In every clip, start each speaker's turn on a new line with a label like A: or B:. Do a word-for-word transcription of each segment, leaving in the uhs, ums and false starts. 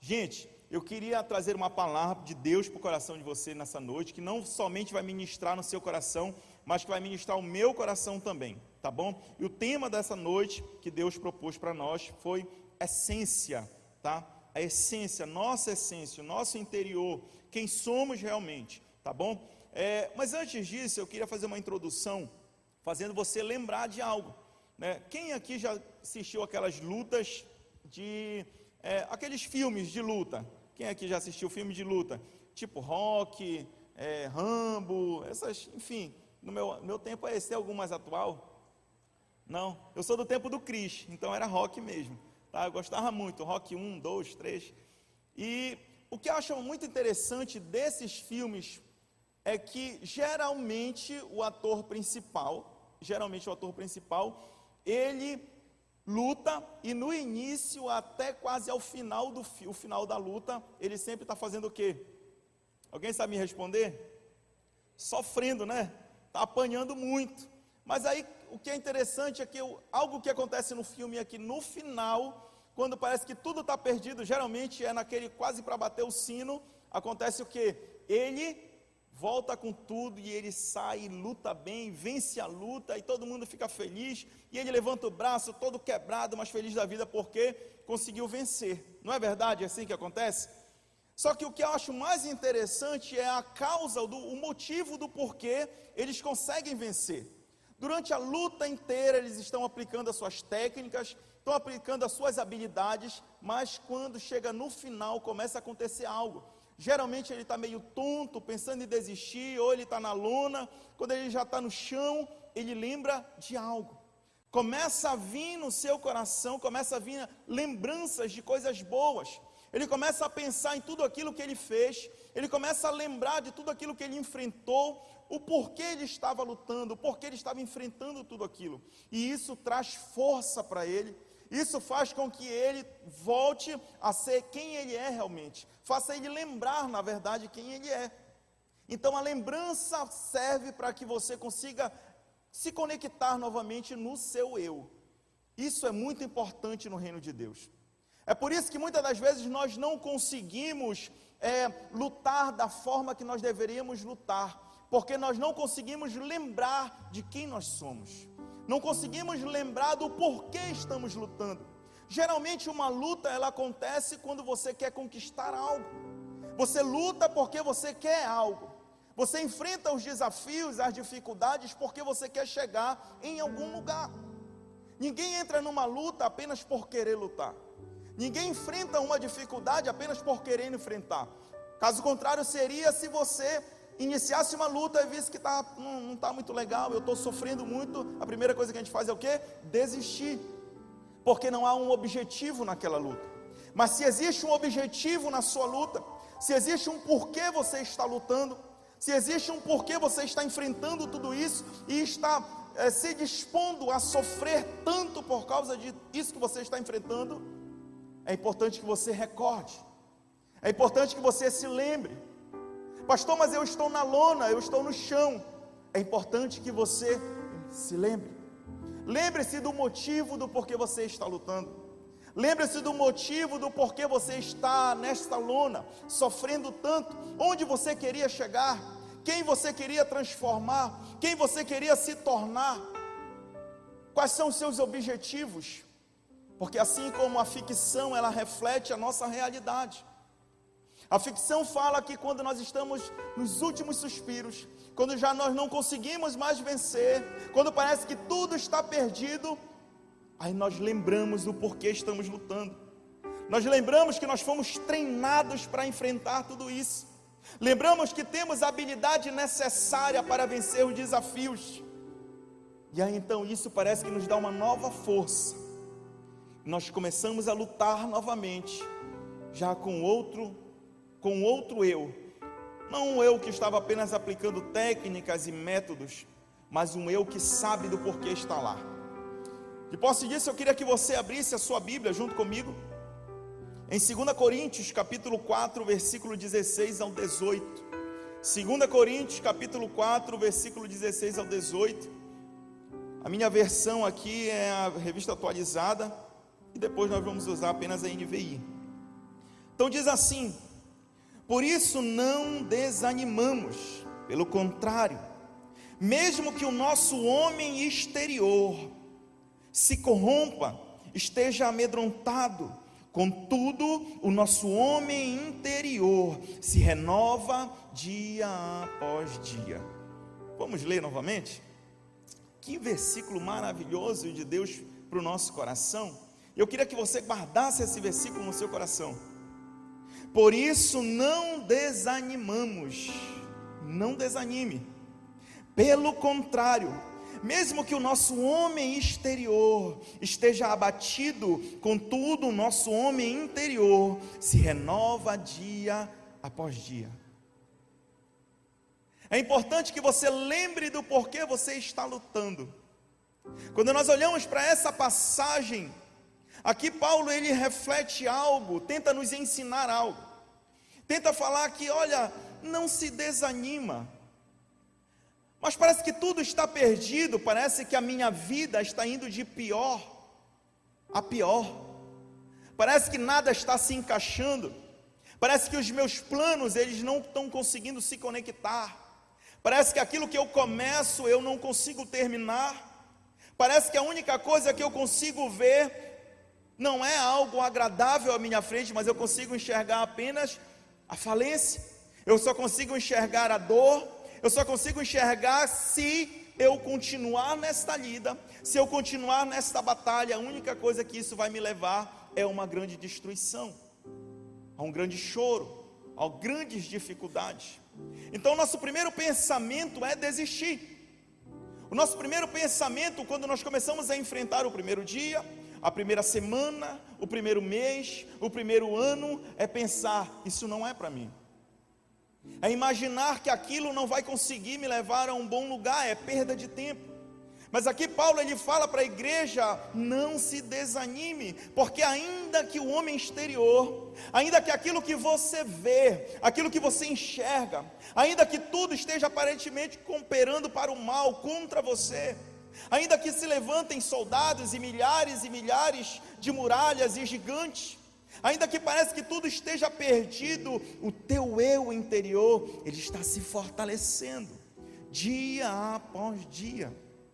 A: Gente, eu queria trazer uma palavra de Deus para o coração de você nessa noite, que não somente vai ministrar no seu coração, mas que vai ministrar o meu coração também, tá bom? E o tema dessa noite que Deus propôs para nós foi essência, tá? A essência, nossa essência, o nosso interior, quem somos realmente, tá bom? É, mas antes disso, eu queria fazer uma introdução, fazendo você lembrar de algo, né? Quem aqui já assistiu aquelas lutas de... É, aqueles filmes de luta? Quem aqui já assistiu filme de luta? Tipo Rock, é, Rambo, essas, enfim, no meu, meu tempo é esse. Tem algum mais atual? Não, eu sou do tempo do Chris, então era Rock mesmo, tá? Eu gostava muito, Rock um, dois, três, e o que eu acho muito interessante desses filmes é que geralmente o ator principal, geralmente o ator principal, ele luta e no início até quase ao final do o final da luta, ele sempre está fazendo o quê? Alguém sabe me responder? Sofrendo, né? Está apanhando muito. Mas aí o que é interessante é que eu, algo que acontece no filme é que no final, quando parece que tudo está perdido, geralmente é naquele quase para bater o sino, acontece o quê? Ele volta com tudo e ele sai, luta bem, vence a luta e todo mundo fica feliz, e ele levanta o braço todo quebrado, mas feliz da vida porque conseguiu vencer. Não é verdade? É assim que acontece? Só que o que eu acho mais interessante é a causa, do, o motivo do porquê eles conseguem vencer. Durante a luta inteira eles estão aplicando as suas técnicas, estão aplicando as suas habilidades, mas quando chega no final começa a acontecer algo. Geralmente ele está meio tonto, pensando em desistir, ou ele está na lona, quando ele já está no chão, ele lembra de algo. Começa a vir no seu coração, começa a vir lembranças de coisas boas. Ele começa a pensar em tudo aquilo que ele fez, ele começa a lembrar de tudo aquilo que ele enfrentou, o porquê ele estava lutando, o porquê ele estava enfrentando tudo aquilo. E isso traz força para ele. Isso faz com que ele volte a ser quem ele é realmente. Faça ele lembrar, na verdade, quem ele é. Então a lembrança serve para que você consiga se conectar novamente no seu eu. Isso é muito importante no reino de Deus. É por isso que muitas das vezes nós não conseguimos é, lutar da forma que nós deveríamos lutar, porque nós não conseguimos lembrar de quem nós somos. Não conseguimos lembrar do porquê estamos lutando. Geralmente uma luta ela acontece quando você quer conquistar algo. Você luta porque você quer algo. Você enfrenta os desafios, as dificuldades porque você quer chegar em algum lugar. Ninguém entra numa luta apenas por querer lutar. Ninguém enfrenta uma dificuldade apenas por querer enfrentar. Caso contrário seria se você iniciasse uma luta e visse que tá, não está muito legal, eu estou sofrendo muito, a primeira coisa que a gente faz é o quê? Desistir, porque não há um objetivo naquela luta. Mas se existe um objetivo na sua luta, se existe um porquê você está lutando, se existe um porquê você está enfrentando tudo isso, e está é, se dispondo a sofrer tanto por causa disso que você está enfrentando, é importante que você recorde, é importante que você se lembre. Pastor, mas eu estou na lona, eu estou no chão. É importante que você se lembre. Lembre-se do motivo do porquê você está lutando. Lembre-se do motivo do porquê você está nesta lona, sofrendo tanto. Onde você queria chegar? Quem você queria transformar? Quem você queria se tornar? Quais são os seus objetivos? Porque assim como a ficção, ela reflete a nossa realidade. A ficção fala que quando nós estamos nos últimos suspiros, quando já nós não conseguimos mais vencer, quando parece que tudo está perdido, aí nós lembramos do porquê estamos lutando. Nós lembramos que nós fomos treinados para enfrentar tudo isso. Lembramos que temos a habilidade necessária para vencer os desafios. E aí então isso parece que nos dá uma nova força. Nós começamos a lutar novamente, já com outro com outro eu, não um eu que estava apenas aplicando técnicas e métodos, mas um eu que sabe do porquê está lá. De posse disso, eu queria que você abrisse a sua Bíblia junto comigo, em dois Coríntios, capítulo quatro, versículo dezesseis ao dezoito, dois Coríntios, capítulo quatro, versículo dezesseis ao dezoito, a minha versão aqui é a revista atualizada, e depois nós vamos usar apenas a N V I. Então diz assim: por isso não desanimamos, pelo contrário, mesmo que o nosso homem exterior se corrompa, esteja amedrontado, contudo o nosso homem interior se renova dia após dia. Vamos ler novamente? Que versículo maravilhoso de Deus para o nosso coração. Eu queria que você guardasse esse versículo no seu coração. Por isso não desanimamos, não desanime, pelo contrário, mesmo que o nosso homem exterior esteja abatido, contudo o nosso homem interior se renova dia após dia. É importante que você lembre do porquê você está lutando. Quando nós olhamos para essa passagem, aqui Paulo ele reflete algo, tenta nos ensinar algo, tenta falar que, olha, não se desanima, mas parece que tudo está perdido, parece que a minha vida está indo de pior a pior, parece que nada está se encaixando, parece que os meus planos eles não estão conseguindo se conectar, parece que aquilo que eu começo eu não consigo terminar, parece que a única coisa que eu consigo ver não é algo agradável à minha frente, mas eu consigo enxergar apenas a falência, eu só consigo enxergar a dor, eu só consigo enxergar se eu continuar nesta lida, se eu continuar nesta batalha. A única coisa que isso vai me levar é uma grande destruição, a um grande choro, a grandes dificuldades. Então nosso primeiro pensamento é desistir. O nosso primeiro pensamento, quando nós começamos a enfrentar o primeiro dia, a primeira semana, o primeiro mês, o primeiro ano, é pensar: isso não é para mim. É imaginar que aquilo não vai conseguir me levar a um bom lugar, é perda de tempo. Mas aqui Paulo ele fala para a igreja: não se desanime, porque ainda que o homem exterior, ainda que aquilo que você vê, aquilo que você enxerga, ainda que tudo esteja aparentemente cooperando para o mal contra você, ainda que se levantem soldados e milhares e milhares de muralhas e gigantes, ainda que pareça que tudo esteja perdido, o teu eu interior, ele está se fortalecendo, dia após dia.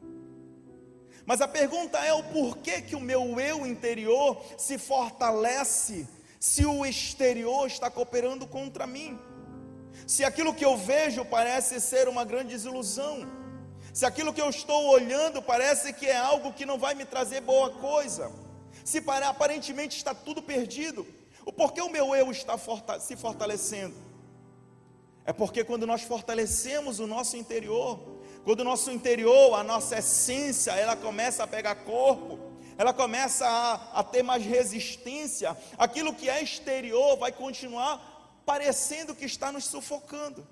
A: Mas a pergunta é o porquê que o meu eu interior se fortalece, se o exterior está cooperando contra mim, se aquilo que eu vejo parece ser uma grande desilusão, se aquilo que eu estou olhando parece que é algo que não vai me trazer boa coisa, se para, aparentemente está tudo perdido, o porquê o meu eu está forta, se fortalecendo? É porque quando nós fortalecemos o nosso interior, quando o nosso interior, a nossa essência, ela começa a pegar corpo, ela começa a, a ter mais resistência, aquilo que é exterior vai continuar parecendo que está nos sufocando.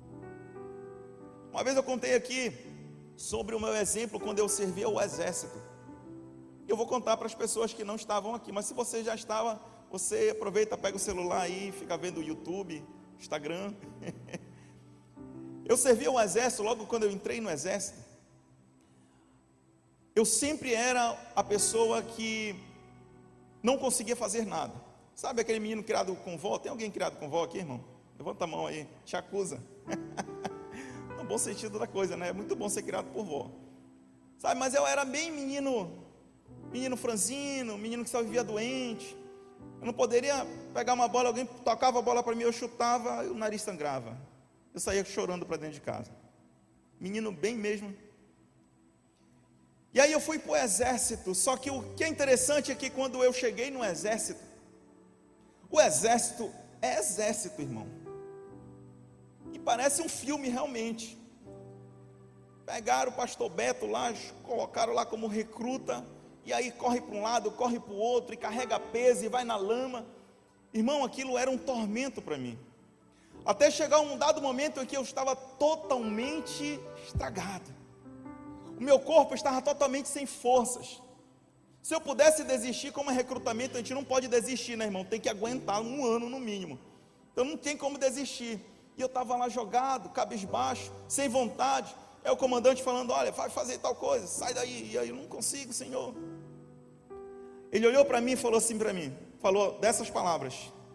A: Uma vez eu contei aqui sobre o meu exemplo quando eu servia ao exército. Eu vou contar para as pessoas que não estavam aqui, mas se você já estava, você aproveita, pega o celular aí, fica vendo o YouTube, Instagram. Eu servi ao exército logo quando eu entrei no exército. Eu sempre era a pessoa que não conseguia fazer nada. Sabe aquele menino criado com vó? Tem alguém criado com vó aqui, irmão? Levanta a mão aí, te acusa. No bom sentido da coisa, né? É muito bom ser criado por vó. Sabe, mas eu era bem menino... menino franzino, menino que só vivia doente. Eu não poderia pegar uma bola, alguém tocava a bola para mim, eu chutava e o nariz sangrava. Eu saía chorando para dentro de casa. Menino bem mesmo. E aí eu fui para o exército. Só que o que é interessante é que quando eu cheguei no exército, o exército é exército, irmão. E parece um filme realmente. Pegaram o pastor Beto lá, colocaram lá como recruta, e aí corre para um lado, corre para o outro, e carrega peso, e vai na lama. Irmão, aquilo era um tormento para mim, até chegar um dado momento em que eu estava totalmente estragado, o meu corpo estava totalmente sem forças. Se eu pudesse desistir, como é recrutamento, a gente não pode desistir, né, irmão? Tem que aguentar um ano no mínimo, então não tem como desistir. E eu estava lá jogado, cabisbaixo, sem vontade. É o comandante falando: olha, vai fazer tal coisa, sai daí. E aí eu não consigo, Senhor. Ele olhou para mim e falou assim para mim, falou dessas palavras: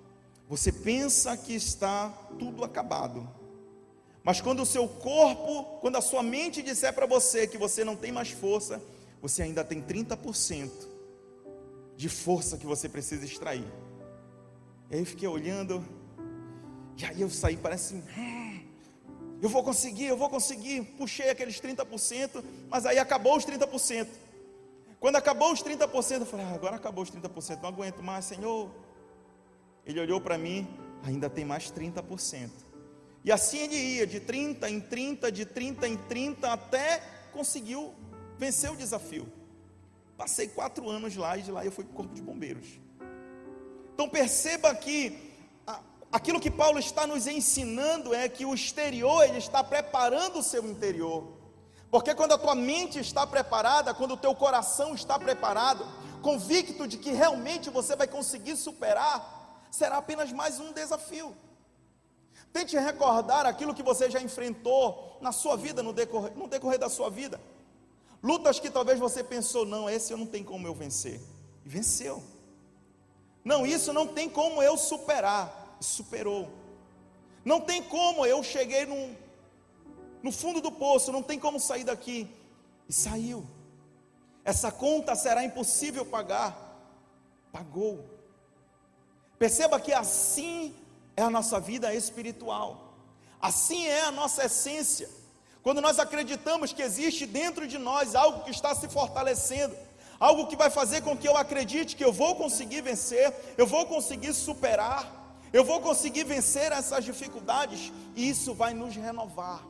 A: você pensa que está tudo acabado, mas quando o seu corpo, quando a sua mente disser para você que você não tem mais força, você ainda tem trinta por cento de força que você precisa extrair. E aí eu fiquei olhando, e aí eu saí, parece assim, hum, eu vou conseguir, eu vou conseguir, puxei aqueles trinta por cento, mas aí acabou os trinta por cento, quando acabou os trinta por cento, eu falei, ah, agora acabou os trinta por cento, não aguento mais, Senhor. Ele olhou para mim, ainda tem mais trinta por cento, e assim ele ia, de trinta em trinta, de trinta em trinta, até conseguiu vencer o desafio. Passei quatro anos lá, e de lá eu fui para o Corpo de Bombeiros. Então perceba que a, aquilo que Paulo está nos ensinando é que o exterior, ele está preparando o seu interior, porque quando a tua mente está preparada, quando o teu coração está preparado, convicto de que realmente você vai conseguir superar, será apenas mais um desafio. Tente recordar aquilo que você já enfrentou na sua vida, no decorrer, no decorrer da sua vida, lutas que talvez você pensou, não, esse eu não tenho como eu vencer, e venceu. Não, isso não tem como eu superar, e superou. Não tem como, eu cheguei no, no fundo do poço, não tem como sair daqui, e saiu. Essa conta será impossível pagar, pagou. Perceba que assim é a nossa vida espiritual, assim é a nossa essência. Quando nós acreditamos que existe dentro de nós algo que está se fortalecendo, algo que vai fazer com que eu acredite que eu vou conseguir vencer, eu vou conseguir superar, eu vou conseguir vencer essas dificuldades, e isso vai nos renovar.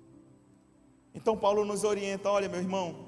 A: Então Paulo nos orienta, olha meu irmão,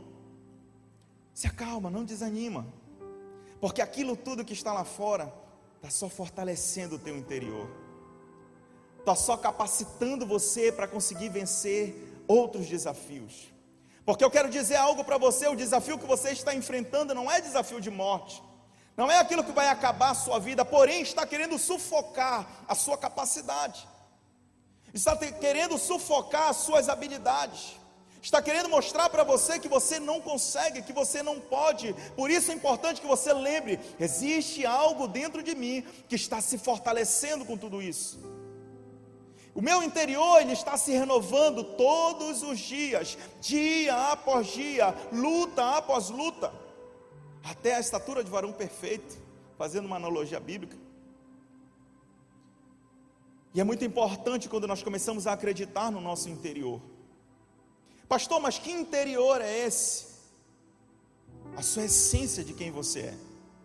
A: se acalma, não desanima, porque aquilo tudo que está lá fora, está só fortalecendo o teu interior, está só capacitando você para conseguir vencer outros desafios. Porque eu quero dizer algo para você, o desafio que você está enfrentando não é desafio de morte, não é aquilo que vai acabar a sua vida, porém está querendo sufocar a sua capacidade, está te, querendo sufocar as suas habilidades, está querendo mostrar para você que você não consegue, que você não pode. Por isso é importante que você lembre, existe algo dentro de mim que está se fortalecendo com tudo isso. O meu interior, ele está se renovando todos os dias, dia após dia, luta após luta, até a estatura de varão perfeito, fazendo uma analogia bíblica. E é muito importante quando nós começamos a acreditar no nosso interior. Pastor, mas que interior é esse? A sua essência de quem você é.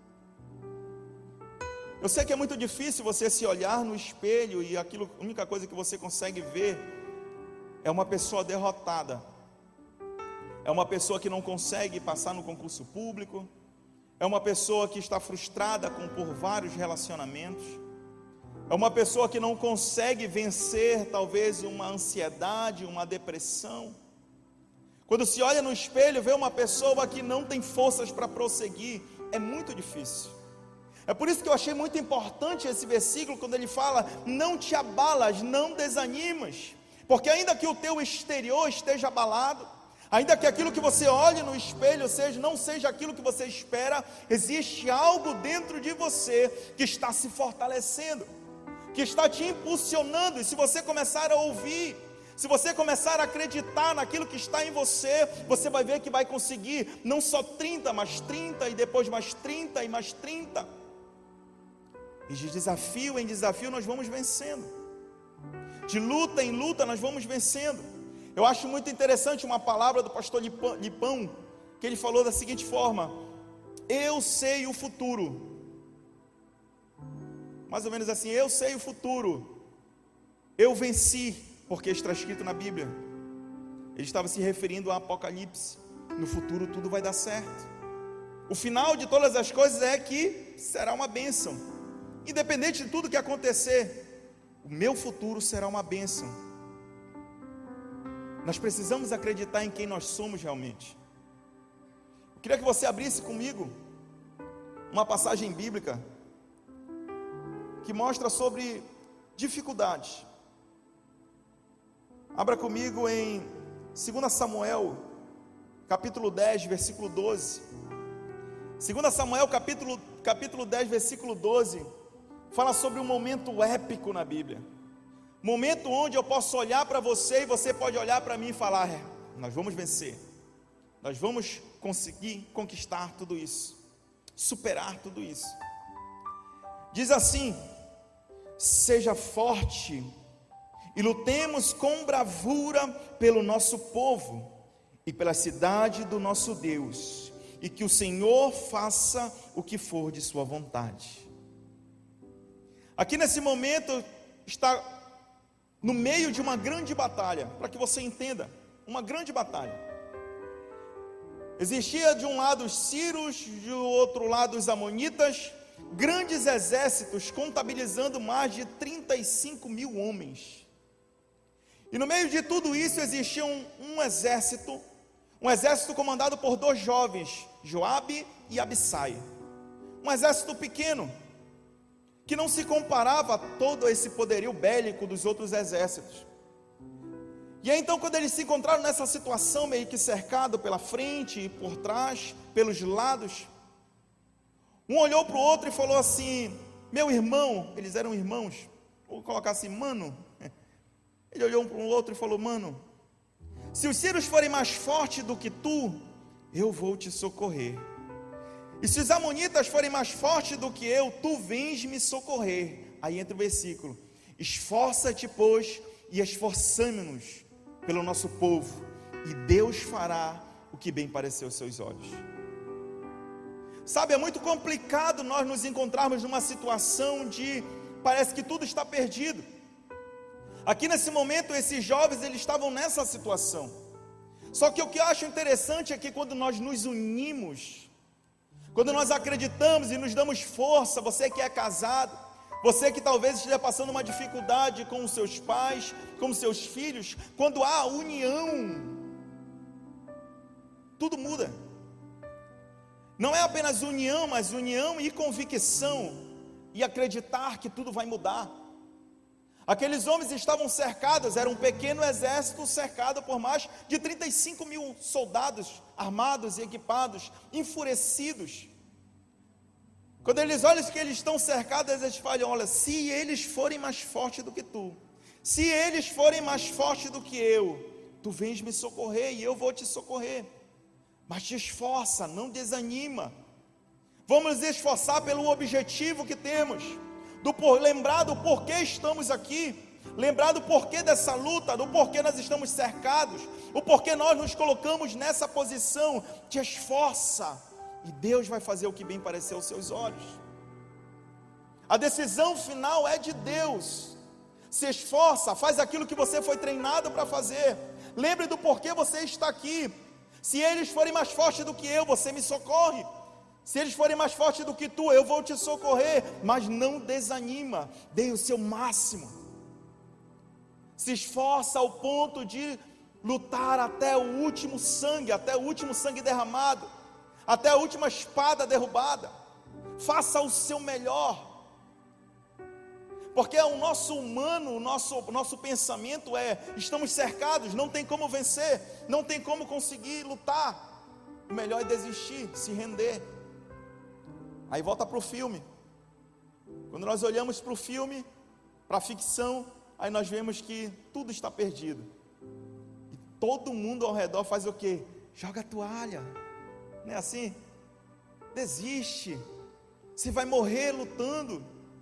A: Eu sei que é muito difícil você se olhar no espelho e aquilo, a única coisa que você consegue ver é uma pessoa derrotada, é uma pessoa que não consegue passar no concurso público, é uma pessoa que está frustrada com, por vários relacionamentos, é uma pessoa que não consegue vencer talvez uma ansiedade, uma depressão. Quando se olha no espelho, vê uma pessoa que não tem forças para prosseguir, é muito difícil. É por isso que eu achei muito importante esse versículo, quando ele fala, não te abalas, não desanimas, porque ainda que o teu exterior esteja abalado, ainda que aquilo que você olhe no espelho seja, não seja aquilo que você espera, existe algo dentro de você que está se fortalecendo, que está te impulsionando, e se você começar a ouvir, se você começar a acreditar naquilo que está em você, você vai ver que vai conseguir, não só trinta, mas trinta, e depois mais trinta, e mais trinta, e de desafio em desafio nós vamos vencendo, de luta em luta nós vamos vencendo. Eu acho muito interessante uma palavra do pastor Lipão, que ele falou da seguinte forma, eu sei o futuro, mais ou menos assim, eu sei o futuro, eu venci, porque está escrito na Bíblia. Ele estava se referindo ao Apocalipse, no futuro tudo vai dar certo, o final de todas as coisas é que será uma bênção, independente de tudo que acontecer, o meu futuro será uma bênção. Nós precisamos acreditar em quem nós somos realmente. Eu queria que você abrisse comigo uma passagem bíblica que mostra sobre dificuldades. Abra comigo em dois Samuel, capítulo dez, versículo doze. dois Samuel, capítulo, capítulo dez, versículo doze, fala sobre um momento épico na Bíblia. Momento onde eu posso olhar para você e você pode olhar para mim e falar: é, nós vamos vencer, nós vamos conseguir conquistar tudo isso, superar tudo isso. Diz assim: seja forte e lutemos com bravura pelo nosso povo e pela cidade do nosso Deus, e que o Senhor faça o que for de sua vontade. Aqui nesse momento está no meio de uma grande batalha, para que você entenda, uma grande batalha. Existia de um lado os sírios, do outro lado os amonitas, grandes exércitos, contabilizando mais de trinta e cinco mil homens. E no meio de tudo isso existia um, um exército, um exército comandado por dois jovens, Joabe e Abissai. Um exército pequeno, que não se comparava a todo esse poderio bélico dos outros exércitos. E aí então, quando eles se encontraram nessa situação, meio que cercado pela frente e por trás, pelos lados, um olhou para o outro e falou assim: meu irmão, eles eram irmãos, vou colocar assim, mano. Ele olhou um para o outro e falou: mano, se os sírios forem mais fortes do que tu, eu vou te socorrer. E se os amonitas forem mais fortes do que eu, tu vens me socorrer. Aí entra o versículo: esforça-te, pois, e esforçamo-nos pelo nosso povo, e Deus fará o que bem parecer aos seus olhos. Sabe, é muito complicado nós nos encontrarmos numa situação de parece que tudo está perdido. Aqui nesse momento, esses jovens, eles estavam nessa situação. Só que o que eu acho interessante é que quando nós nos unimos, quando nós acreditamos e nos damos força, você que é casado, você que talvez esteja passando uma dificuldade com os seus pais, com os seus filhos, quando há união, tudo muda. Não é apenas união, mas união e convicção, e acreditar que tudo vai mudar. Aqueles homens estavam cercados, era um pequeno exército cercado por mais de trinta e cinco mil soldados, armados e equipados, enfurecidos. Quando eles olham que eles estão cercados, eles falam: olha, se eles forem mais fortes do que tu, se eles forem mais fortes do que eu, tu vens me socorrer e eu vou te socorrer. Mas te esforça, não desanima. Vamos nos esforçar pelo objetivo que temos, do por, lembrar do porquê estamos aqui, lembrar do porquê dessa luta, do porquê nós estamos cercados, o porquê nós nos colocamos nessa posição. Te esforça, e Deus vai fazer o que bem parecer aos seus olhos. A decisão final é de Deus. Se esforça, faz aquilo que você foi treinado para fazer. Lembre do porquê você está aqui. Se eles forem mais fortes do que eu, você me socorre. Se eles forem mais fortes do que tu, eu vou te socorrer. Mas não desanima, dê o seu máximo. Se esforça ao ponto de lutar até o último sangue, até o último sangue derramado, até a última espada derrubada. Faça o seu melhor. Porque o nosso humano, o nosso, o nosso pensamento é: estamos cercados, não tem como vencer, não tem como conseguir lutar. O melhor é desistir, se render. Aí volta para o filme. Quando nós olhamos para o filme, para a ficção, aí nós vemos que tudo está perdido. E todo mundo ao redor faz o quê? Joga a toalha. Não é assim? Desiste. Você vai morrer lutando.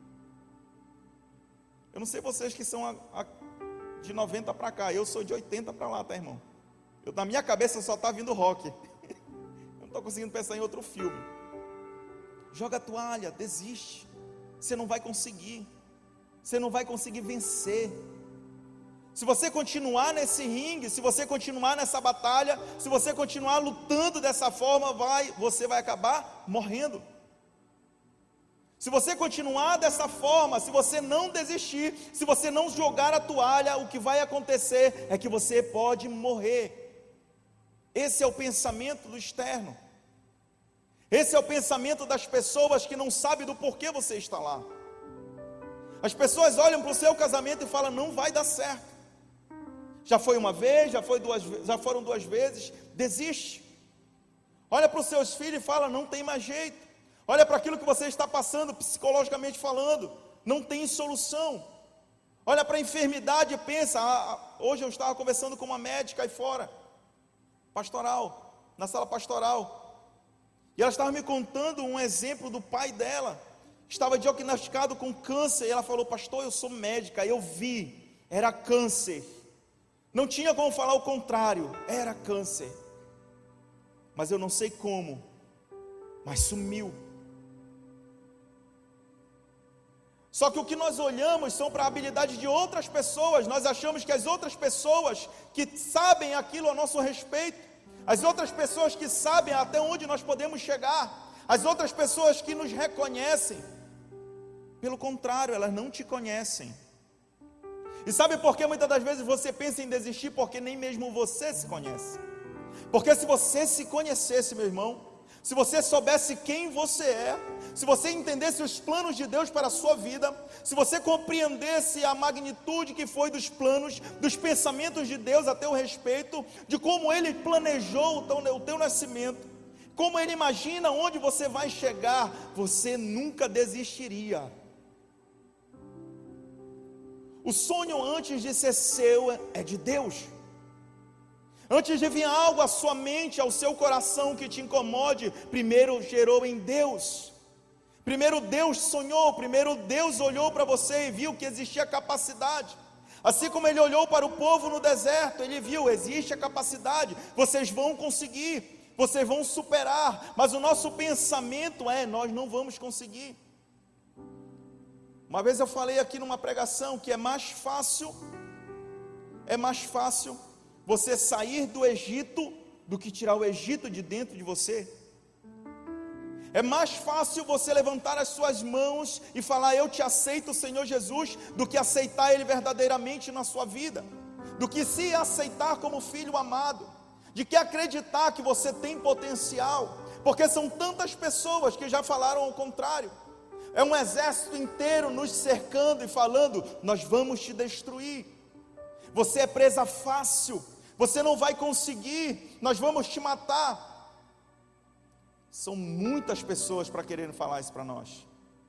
A: Eu não sei vocês que são a, a, de noventa para cá, eu sou de oitenta para lá, tá, irmão? Eu, na minha cabeça só está vindo rock. Eu não estou conseguindo pensar em outro filme. Joga a toalha, desiste. Você não vai conseguir. Você não vai conseguir vencer. Se você continuar nesse ringue, se você continuar nessa batalha, se você continuar lutando dessa forma, vai, você vai acabar morrendo. Se você continuar dessa forma, se você não desistir, se você não jogar a toalha, o que vai acontecer é que você pode morrer. Esse é o pensamento do externo. Esse é o pensamento das pessoas que não sabem do porquê você está lá. As pessoas olham para o seu casamento e falam: não vai dar certo. Já foi uma vez, já, foi duas, já foram duas vezes, desiste. Olha para os seus filhos e fala: não tem mais jeito. Olha para aquilo que você está passando, psicologicamente falando, não tem solução. Olha para a enfermidade e pensa, ah, hoje eu estava conversando com uma médica aí fora, pastoral, na sala pastoral, e ela estava me contando um exemplo do pai dela, estava diagnosticado com câncer, e ela falou, pastor, eu sou médica, eu vi, era câncer, não tinha como falar o contrário, era câncer, mas eu não sei como, mas sumiu. Só que o que nós olhamos são para a habilidade de outras pessoas, nós achamos que as outras pessoas que sabem aquilo a nosso respeito, as outras pessoas que sabem até onde nós podemos chegar, as outras pessoas que nos reconhecem, pelo contrário, elas não te conhecem. E sabe por que muitas das vezes você pensa em desistir? Porque nem mesmo você se conhece. Porque se você se conhecesse, meu irmão, se você soubesse quem você é, se você entendesse os planos de Deus para a sua vida, se você compreendesse a magnitude que foi dos planos, dos pensamentos de Deus a teu respeito, de como Ele planejou o teu, o teu nascimento, como Ele imagina onde você vai chegar, você nunca desistiria. O sonho antes de ser seu é de Deus. Antes de vir algo à sua mente, ao seu coração que te incomode, primeiro gerou em Deus. Primeiro Deus sonhou, primeiro Deus olhou para você e viu que existia capacidade. Assim como Ele olhou para o povo no deserto, Ele viu, existe a capacidade, vocês vão conseguir, vocês vão superar, mas o nosso pensamento é, nós não vamos conseguir. Uma vez eu falei aqui numa pregação que é mais fácil, é mais fácil você sair do Egito do que tirar o Egito de dentro de você. É mais fácil você levantar as suas mãos e falar, eu te aceito, Senhor Jesus, do que aceitar Ele verdadeiramente na sua vida, do que se aceitar como filho amado, de que acreditar que você tem potencial, porque são tantas pessoas que já falaram ao contrário. É um exército inteiro nos cercando e falando, nós vamos te destruir, você é presa fácil, você não vai conseguir, nós vamos te matar. São muitas pessoas para quererem falar isso para nós.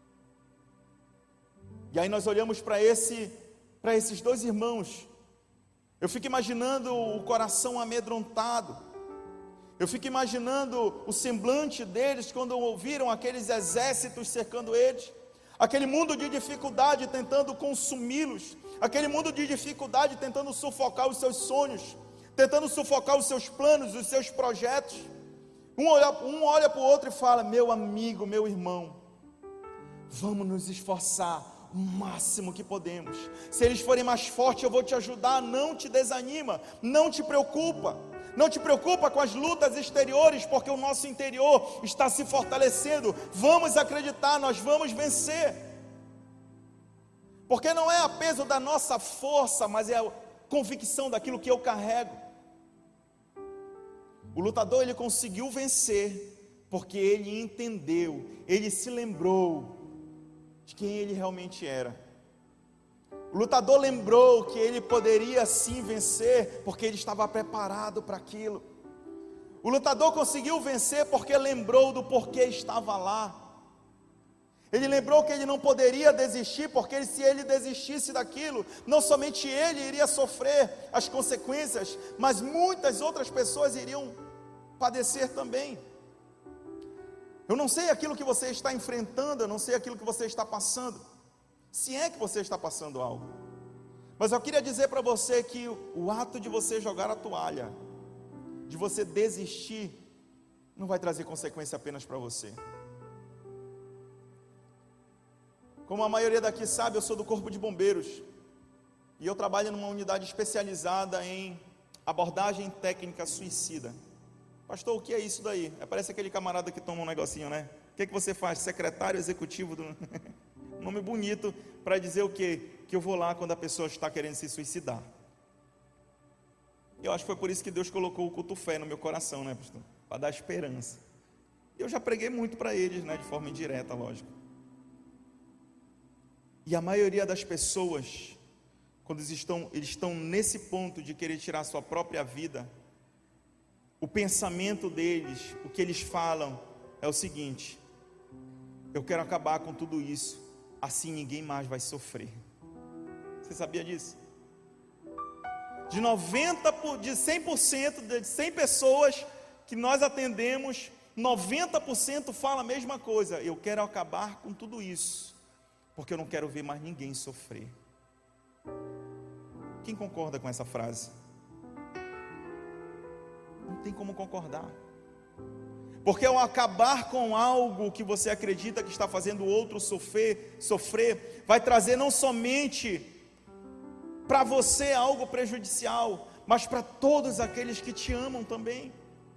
A: E aí nós olhamos para esse, para esses dois irmãos. Eu fico imaginando o coração amedrontado. Eu fico imaginando o semblante deles quando ouviram aqueles exércitos cercando eles. Aquele mundo de dificuldade tentando consumi-los. Aquele mundo de dificuldade tentando sufocar os seus sonhos, tentando sufocar os seus planos, os seus projetos. Um olha, um olha para o outro e fala, meu amigo, meu irmão, vamos nos esforçar o máximo que podemos. Se eles forem mais fortes, eu vou te ajudar. Não te desanima, não te preocupa. Não te preocupa com as lutas exteriores, porque o nosso interior está se fortalecendo. Vamos acreditar, nós vamos vencer. Porque não é a peso da nossa força, mas é a convicção daquilo que eu carrego. O lutador, ele conseguiu vencer, porque ele entendeu, ele se lembrou de quem ele realmente era. O lutador lembrou que ele poderia sim vencer, porque ele estava preparado para aquilo. O lutador conseguiu vencer porque lembrou do porquê estava lá. Ele lembrou que ele não poderia desistir, porque se ele desistisse daquilo, não somente ele iria sofrer as consequências, mas muitas outras pessoas iriam padecer também. Eu não sei aquilo que você está enfrentando, eu não sei aquilo que você está passando, se é que você está passando algo, mas eu queria dizer para você que o, o ato de você jogar a toalha, de você desistir, não vai trazer consequência apenas para você. Como a maioria daqui sabe, eu sou do Corpo de Bombeiros, e eu trabalho numa unidade especializada em abordagem técnica suicida. Pastor, o que é isso daí? Parece aquele camarada que toma um negocinho, né? O que é que você faz? Secretário executivo do... Nome bonito para dizer o quê? Que eu vou lá quando a pessoa está querendo se suicidar. Eu acho que foi por isso que Deus colocou o culto fé no meu coração, né, pastor? Para dar esperança. Eu já preguei muito para eles, né, de forma indireta, lógico. E a maioria das pessoas, quando eles estão, eles estão nesse ponto de querer tirar a sua própria vida, o pensamento deles, o que eles falam é o seguinte: eu quero acabar com tudo isso, assim ninguém mais vai sofrer. Você sabia disso? De noventa por, de cem por cento de cem pessoas que nós atendemos, noventa por cento fala a mesma coisa: eu quero acabar com tudo isso, porque eu não quero ver mais ninguém sofrer. Quem concorda com essa frase? Não tem como concordar, porque ao acabar com algo que você acredita que está fazendo o outro sofrer, sofrer, vai trazer não somente para você algo prejudicial, mas para todos aqueles que te amam também.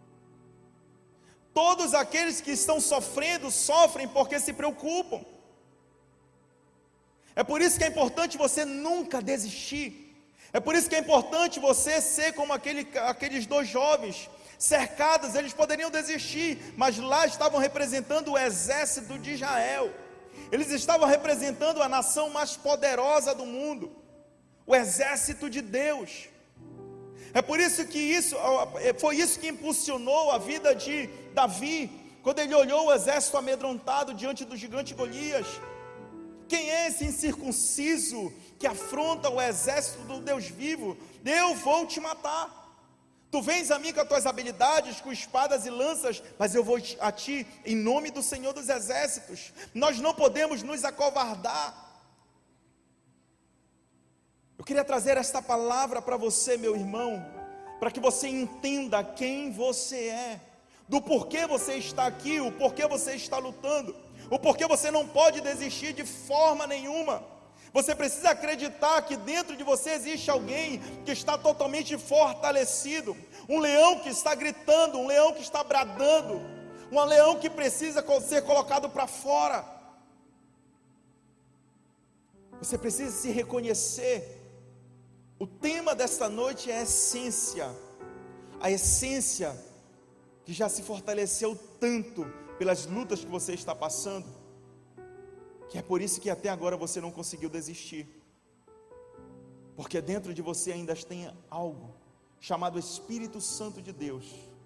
A: Todos aqueles que estão sofrendo, sofrem porque se preocupam. É por isso que é importante você nunca desistir. É por isso que é importante você ser como aquele, aqueles dois jovens, cercados. Eles poderiam desistir, mas lá estavam representando o exército de Israel. Eles estavam representando a nação mais poderosa do mundo, o exército de Deus. É por isso que isso, foi isso que impulsionou a vida de Davi, quando ele olhou o exército amedrontado diante do gigante Golias. Quem é esse incircunciso que afronta o exército do Deus vivo? Eu vou te matar. Tu vens a mim com as tuas habilidades, com espadas e lanças, mas eu vou a ti em nome do Senhor dos Exércitos. Nós não podemos nos acovardar. Eu queria trazer esta palavra para você, meu irmão, para que você entenda quem você é, do porquê você está aqui, o porquê você está lutando, o porquê você não pode desistir de forma nenhuma. Você precisa acreditar que dentro de você existe alguém que está totalmente fortalecido, um leão que está gritando, um leão que está bradando, um leão que precisa ser colocado para fora. Você precisa se reconhecer. O tema desta noite é a essência, a essência que já se fortaleceu tanto pelas lutas que você está passando, que é por isso que até agora você não conseguiu desistir, porque dentro de você ainda tem algo chamado Espírito Santo de Deus,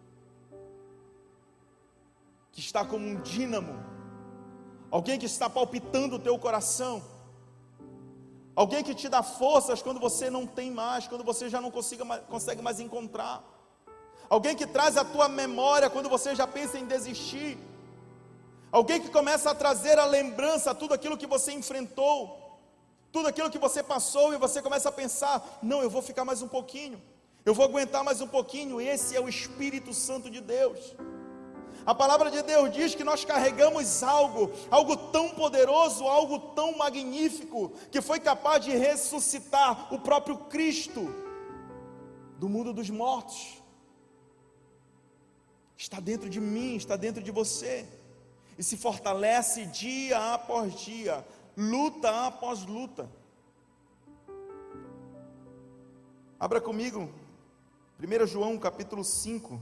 A: que está como um dínamo, alguém que está palpitando o teu coração, alguém que te dá forças quando você não tem mais, quando você já não consiga, consegue mais encontrar, alguém que traz a tua memória quando você já pensa em desistir, alguém que começa a trazer a lembrança, tudo aquilo que você enfrentou, tudo aquilo que você passou, e você começa a pensar: não, eu vou ficar mais um pouquinho, eu vou aguentar mais um pouquinho. Esse é o Espírito Santo de Deus. A palavra de Deus diz que nós carregamos algo, algo tão poderoso, algo tão magnífico, que foi capaz de ressuscitar o próprio Cristo do mundo dos mortos. Está dentro de mim, está dentro de você, e se fortalece dia após dia, luta após luta. Abra comigo, primeiro João capítulo cinco,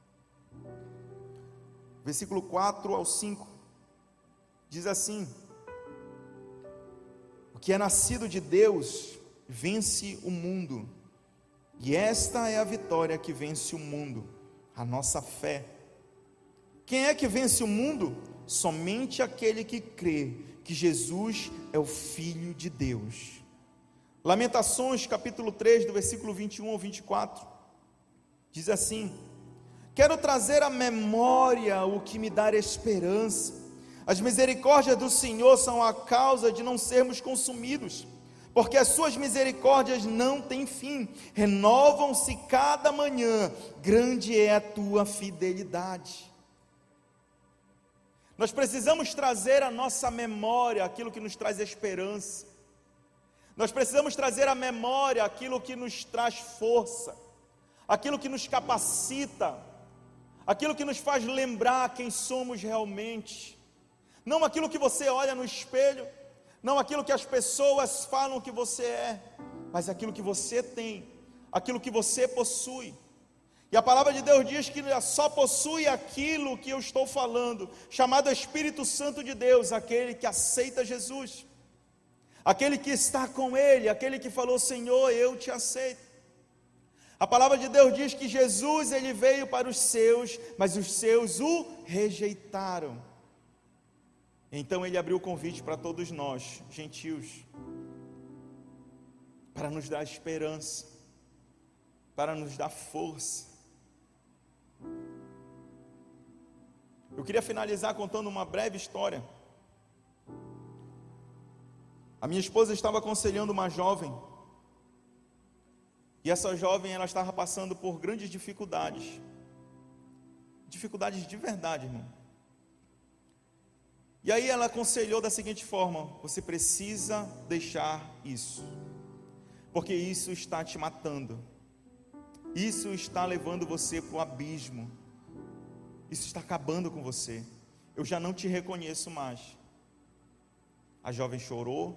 A: versículo quatro ao cinco, diz assim: o que é nascido de Deus vence o mundo, e esta é a vitória que vence o mundo, a nossa fé. Quem é que vence o mundo? Somente aquele que crê que Jesus é o Filho de Deus. Lamentações capítulo três, do versículo vinte e um ao vinte e quatro, diz assim: quero trazer à memória o que me dá esperança. As misericórdias do Senhor são a causa de não sermos consumidos, porque as suas misericórdias não têm fim, renovam-se cada manhã, grande é a tua fidelidade. Nós precisamos trazer à nossa memória aquilo que nos traz esperança, nós precisamos trazer à memória aquilo que nos traz força, aquilo que nos capacita, aquilo que nos faz lembrar quem somos realmente, não aquilo que você olha no espelho, não aquilo que as pessoas falam que você é, mas aquilo que você tem, aquilo que você possui. E a palavra de Deus diz que só possui aquilo que eu estou falando, chamado Espírito Santo de Deus, aquele que aceita Jesus, aquele que está com Ele, aquele que falou: Senhor, eu te aceito. A palavra de Deus diz que Jesus, Ele veio para os seus, mas os seus o rejeitaram. Então ele abriu o convite para todos nós, gentios, para nos dar esperança, para nos dar força. Eu queria finalizar contando uma breve história. A minha esposa estava aconselhando uma jovem, e essa jovem ela estava passando por grandes dificuldades, dificuldades de verdade, irmão. E aí ela aconselhou da seguinte forma: você precisa deixar isso, porque isso está te matando, isso está levando você para o abismo, isso está acabando com você, eu já não te reconheço mais. A jovem chorou,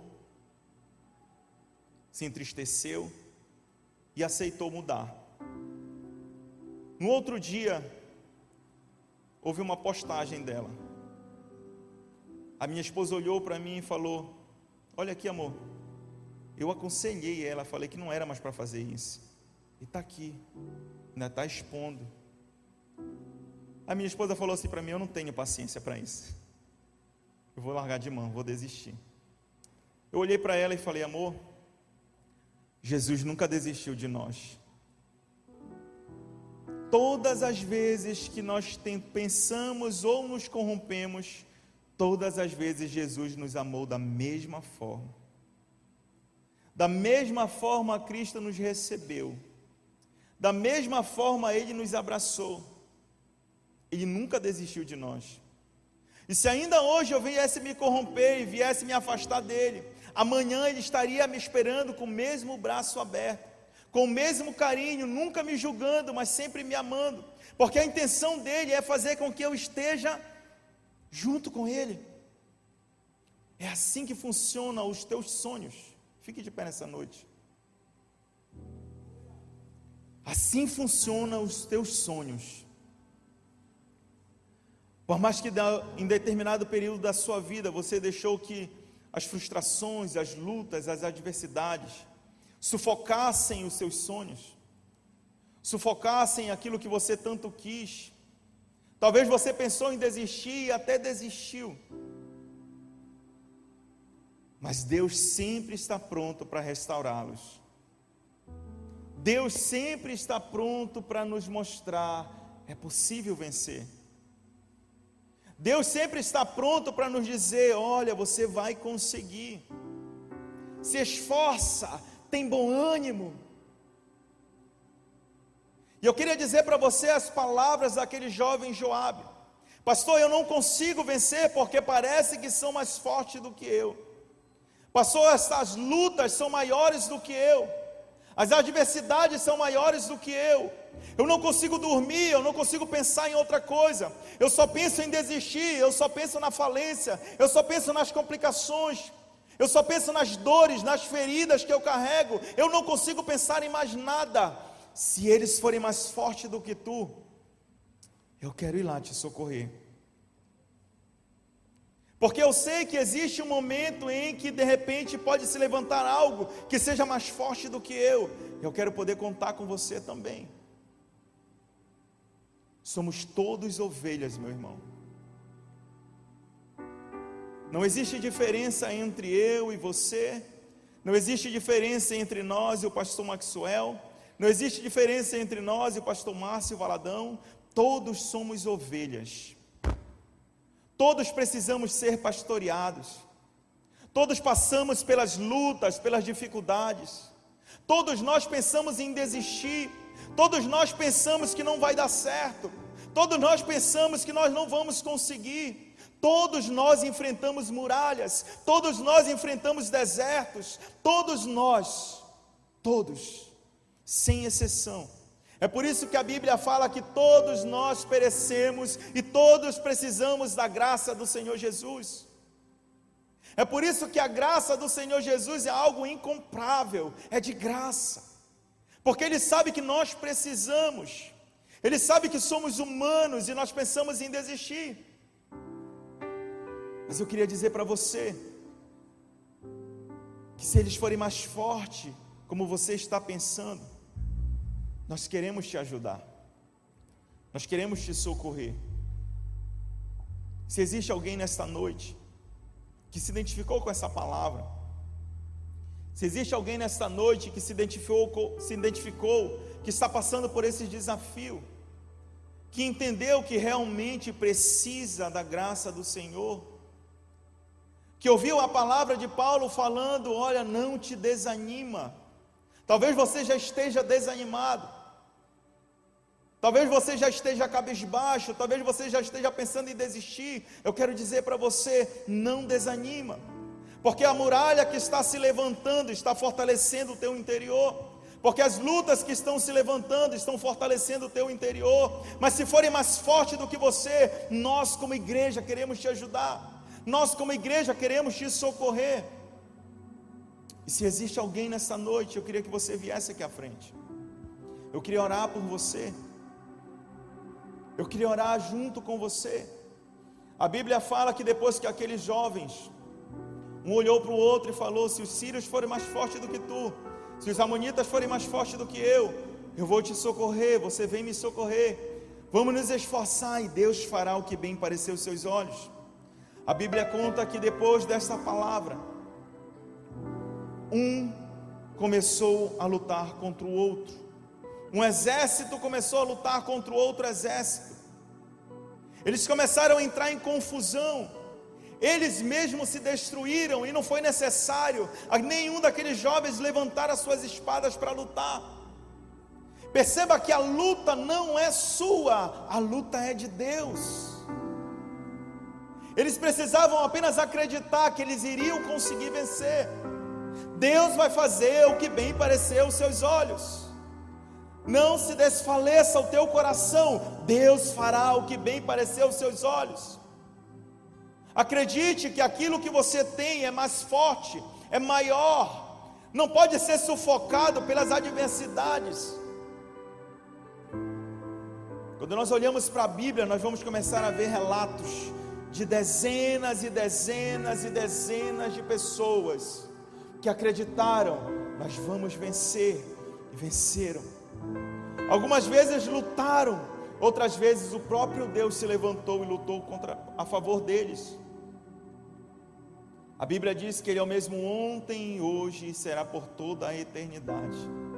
A: se entristeceu e aceitou mudar. No outro dia, houve uma postagem dela. A minha esposa olhou para mim e falou: olha aqui, amor, eu aconselhei ela, falei que não era mais para fazer isso, e está aqui, ainda está expondo. A minha esposa falou assim para mim: eu não tenho paciência para isso, eu vou largar de mão, vou desistir. Eu olhei para ela e falei: amor, Jesus nunca desistiu de nós. Todas as vezes que nós tem, pensamos ou nos corrompemos, todas as vezes Jesus nos amou da mesma forma. Da mesma forma Cristo nos recebeu, da mesma forma Ele nos abraçou. Ele nunca desistiu de nós. E se ainda hoje eu viesse me corromper e viesse me afastar dele, amanhã Ele estaria me esperando com o mesmo braço aberto, com o mesmo carinho, nunca me julgando, mas sempre me amando, porque a intenção dele é fazer com que eu esteja junto com Ele. É assim que funcionam os teus sonhos. Fique de pé nessa noite. Assim funcionam os teus sonhos. Por mais que em determinado período da sua vida você deixou que as frustrações, as lutas, as adversidades sufocassem os seus sonhos, sufocassem aquilo que você tanto quis. Talvez você pensou em desistir e até desistiu, mas Deus sempre está pronto para restaurá-los. Deus sempre está pronto para nos mostrar: é possível vencer. Deus sempre está pronto para nos dizer: olha, você vai conseguir, se esforça, tem bom ânimo. E eu queria dizer para você as palavras daquele jovem Joabe: pastor, eu não consigo vencer porque parece que são mais fortes do que eu. Pastor, essas lutas são maiores do que eu, as adversidades são maiores do que eu. Eu não consigo dormir, eu não consigo pensar em outra coisa, eu só penso em desistir, eu só penso na falência, eu só penso nas complicações, eu só penso nas dores, nas feridas que eu carrego, eu não consigo pensar em mais nada. Se eles forem mais fortes do que tu, eu quero ir lá te socorrer, porque eu sei que existe um momento em que de repente pode se levantar algo que seja mais forte do que eu. Eu quero poder contar com você também. Somos todos ovelhas, meu irmão. Não existe diferença entre eu e você, não existe diferença entre nós e o pastor Maxwell, não existe diferença entre nós e o pastor Márcio Valadão. Todos somos ovelhas, todos precisamos ser pastoreados, todos passamos pelas lutas, pelas dificuldades, todos nós pensamos em desistir, todos nós pensamos que não vai dar certo, todos nós pensamos que nós não vamos conseguir, todos nós enfrentamos muralhas, todos nós enfrentamos desertos, todos nós, todos, sem exceção. É por isso que a Bíblia fala que todos nós perecemos e todos precisamos da graça do Senhor Jesus. É por isso que a graça do Senhor Jesus é algo incomparável, é de graça, porque Ele sabe que nós precisamos, Ele sabe que somos humanos e nós pensamos em desistir. Mas eu queria dizer para você, que se eles forem mais fortes, como você está pensando, nós queremos te ajudar, nós queremos te socorrer. Se existe alguém nesta noite que se identificou com essa palavra. Se existe alguém nesta noite que se identificou, se identificou, que está passando por esse desafio, que entendeu que realmente precisa da graça do Senhor, que ouviu a palavra de Paulo falando, olha, não te desanima. Talvez você já esteja desanimado, talvez você já esteja cabisbaixo, talvez você já esteja pensando em desistir. Eu quero dizer para você, não desanima, porque a muralha que está se levantando está fortalecendo o teu interior, porque as lutas que estão se levantando estão fortalecendo o teu interior. Mas se forem mais fortes do que você, nós como igreja queremos te ajudar, nós como igreja queremos te socorrer. E se existe alguém nessa noite, eu queria que você viesse aqui à frente, eu queria orar por você, eu queria orar junto com você. A Bíblia fala que depois que aqueles jovens, um olhou para o outro e falou, se os sírios forem mais fortes do que tu, se os amonitas forem mais fortes do que eu, eu vou te socorrer, você vem me socorrer, vamos nos esforçar e Deus fará o que bem parecer aos seus olhos. A Bíblia conta que depois dessa palavra, um começou a lutar contra o outro, um exército começou a lutar contra o outro exército, eles começaram a entrar em confusão, eles mesmos se destruíram, e não foi necessário a nenhum daqueles jovens levantar as suas espadas para lutar. Perceba que a luta não é sua, a luta é de Deus. Eles precisavam apenas acreditar que eles iriam conseguir vencer. Deus vai fazer o que bem parecer aos seus olhos. Não se desfaleça o teu coração, Deus fará o que bem parecer aos seus olhos. Acredite que aquilo que você tem é mais forte, é maior, não pode ser sufocado pelas adversidades. Quando nós olhamos para a Bíblia, nós vamos começar a ver relatos de dezenas e dezenas e dezenas de pessoas que acreditaram, nós vamos vencer, e venceram. Algumas vezes lutaram, outras vezes o próprio Deus se levantou e lutou contra, a favor deles. A Bíblia diz que Ele é o mesmo ontem, hoje e será por toda a eternidade.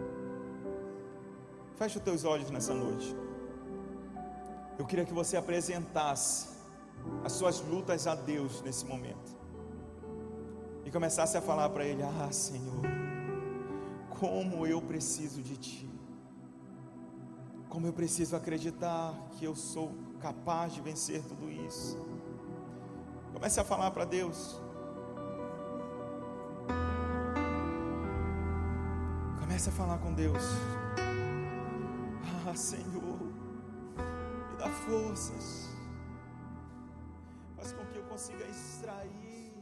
A: Feche os teus olhos nessa noite. Eu queria que você apresentasse as suas lutas a Deus nesse momento e começasse a falar para Ele, ah Senhor, como eu preciso de Ti, como eu preciso acreditar que eu sou capaz de vencer tudo isso. Comece a falar para Deus. Comece a falar com Deus. Ah Senhor, me dá forças, faz com que eu consiga extrair